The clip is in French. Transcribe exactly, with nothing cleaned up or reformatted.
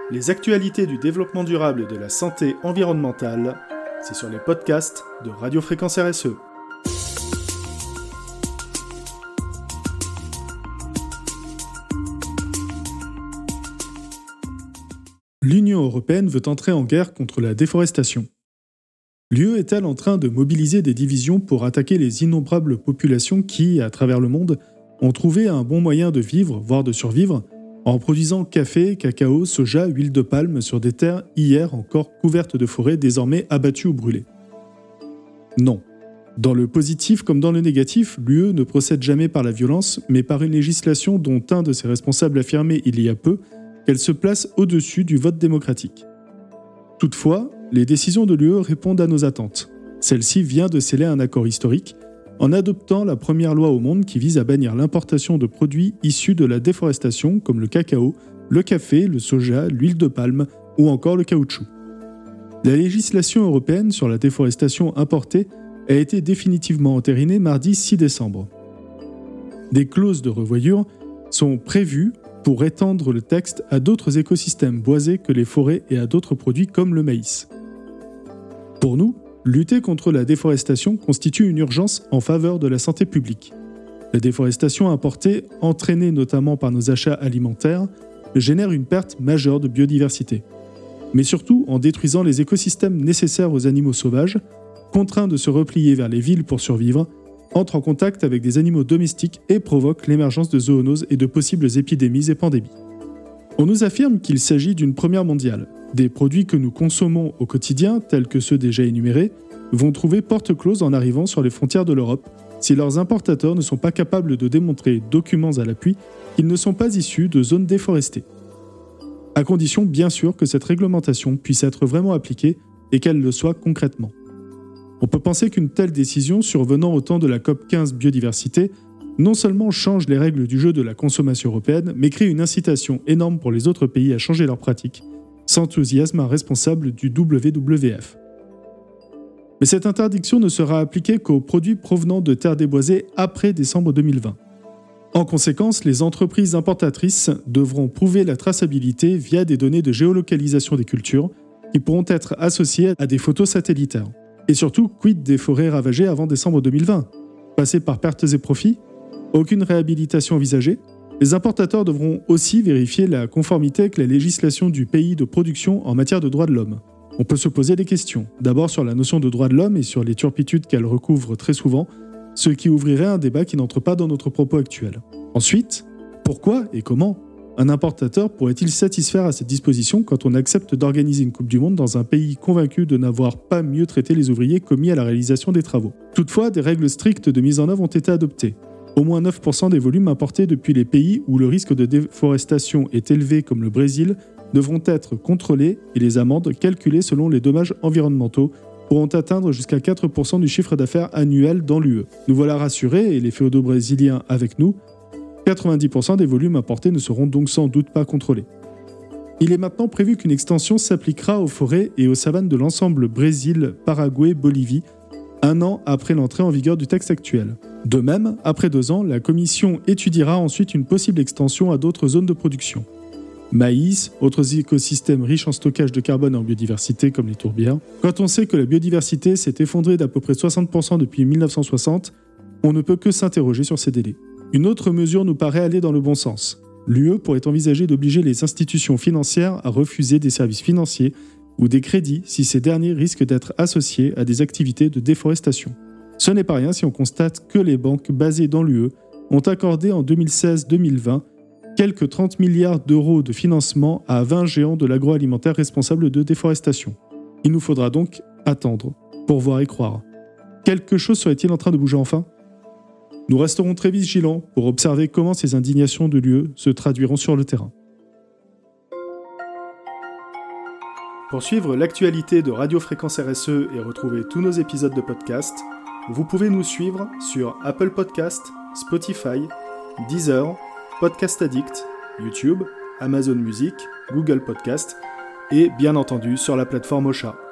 Les actualités du développement durable et de la santé environnementale, c'est sur les podcasts de Radio Fréquence R S E. L'Union européenne veut entrer en guerre contre la déforestation. L'U E est-elle en train de mobiliser des divisions pour attaquer les innombrables populations qui, à travers le monde, ont trouvé un bon moyen de vivre, voire de survivre, en produisant café, cacao, soja, huile de palme sur des terres hier encore couvertes de forêts désormais abattues ou brûlées? Non. Dans le positif comme dans le négatif, l'U E ne procède jamais par la violence, mais par une législation dont un de ses responsables affirmait il y a peu qu'elle se place au-dessus du vote démocratique. Toutefois, les décisions de l'U E répondent à nos attentes. Celle-ci vient de sceller un accord historique en adoptant la première loi au monde qui vise à bannir l'importation de produits issus de la déforestation comme le cacao, le café, le soja, l'huile de palme ou encore le caoutchouc. La législation européenne sur la déforestation importée a été définitivement entérinée mardi six décembre. Des clauses de revoyure sont prévues pour étendre le texte à d'autres écosystèmes boisés que les forêts et à d'autres produits comme le maïs. Pour nous, lutter contre la déforestation constitue une urgence en faveur de la santé publique. La déforestation importée, entraînée notamment par nos achats alimentaires, génère une perte majeure de biodiversité. Mais surtout, en détruisant les écosystèmes nécessaires aux animaux sauvages, contraints de se replier vers les villes pour survivre, entre en contact avec des animaux domestiques et provoque l'émergence de zoonoses et de possibles épidémies et pandémies. On nous affirme qu'il s'agit d'une première mondiale. Des produits que nous consommons au quotidien, tels que ceux déjà énumérés, vont trouver porte close en arrivant sur les frontières de l'Europe si leurs importateurs ne sont pas capables de démontrer, documents à l'appui, qu'ils ne sont pas issus de zones déforestées. À condition, bien sûr, que cette réglementation puisse être vraiment appliquée et qu'elle le soit concrètement. On peut penser qu'une telle décision survenant au temps de la COP quinze biodiversité non seulement change les règles du jeu de la consommation européenne, mais crée une incitation énorme pour les autres pays à changer leurs pratiques, sans enthousiasme un responsable du W W F. Mais cette interdiction ne sera appliquée qu'aux produits provenant de terres déboisées après décembre deux mille vingt. En conséquence, les entreprises importatrices devront prouver la traçabilité via des données de géolocalisation des cultures qui pourront être associées à des photos satellitaires. Et surtout, quid des forêts ravagées avant décembre deux mille vingt? Passer par pertes et profits? Aucune réhabilitation envisagée? Les importateurs devront aussi vérifier la conformité avec la législation du pays de production en matière de droits de l'homme. On peut se poser des questions, d'abord sur la notion de droits de l'homme et sur les turpitudes qu'elle recouvre très souvent, ce qui ouvrirait un débat qui n'entre pas dans notre propos actuel. Ensuite, pourquoi et comment un importateur pourrait-il satisfaire à cette disposition quand on accepte d'organiser une Coupe du Monde dans un pays convaincu de n'avoir pas mieux traité les ouvriers commis à la réalisation des travaux? Toutefois, des règles strictes de mise en œuvre ont été adoptées. Au moins neuf pour cent des volumes importés depuis les pays où le risque de déforestation est élevé comme le Brésil devront être contrôlés et les amendes calculées selon les dommages environnementaux pourront atteindre jusqu'à quatre pour cent du chiffre d'affaires annuel dans l'U E. Nous voilà rassurés et les féodaux brésiliens avec nous, quatre-vingt-dix pour cent des volumes importés ne seront donc sans doute pas contrôlés. Il est maintenant prévu qu'une extension s'appliquera aux forêts et aux savanes de l'ensemble Brésil, Paraguay, Bolivie, un an après l'entrée en vigueur du texte actuel. De même, après deux ans, la Commission étudiera ensuite une possible extension à d'autres zones de production. Maïs, autres écosystèmes riches en stockage de carbone et en biodiversité comme les tourbières. Quand on sait que la biodiversité s'est effondrée d'à peu près soixante pour cent depuis mille neuf cent soixante, on ne peut que s'interroger sur ces délais. Une autre mesure nous paraît aller dans le bon sens. L'U E pourrait envisager d'obliger les institutions financières à refuser des services financiers ou des crédits si ces derniers risquent d'être associés à des activités de déforestation. Ce n'est pas rien si on constate que les banques basées dans l'U E ont accordé en deux mille seize deux mille vingt quelques trente milliards d'euros de financement à vingt géants de l'agroalimentaire responsables de déforestation. Il nous faudra donc attendre pour voir et croire. Quelque chose serait-il en train de bouger enfin ? Nous resterons très vigilants pour observer comment ces indignations de l'U E se traduiront sur le terrain. Pour suivre l'actualité de Radio Fréquence R S E et retrouver tous nos épisodes de podcast, vous pouvez nous suivre sur Apple Podcasts, Spotify, Deezer, Podcast Addict, YouTube, Amazon Music, Google Podcast et bien entendu sur la plateforme Ocha.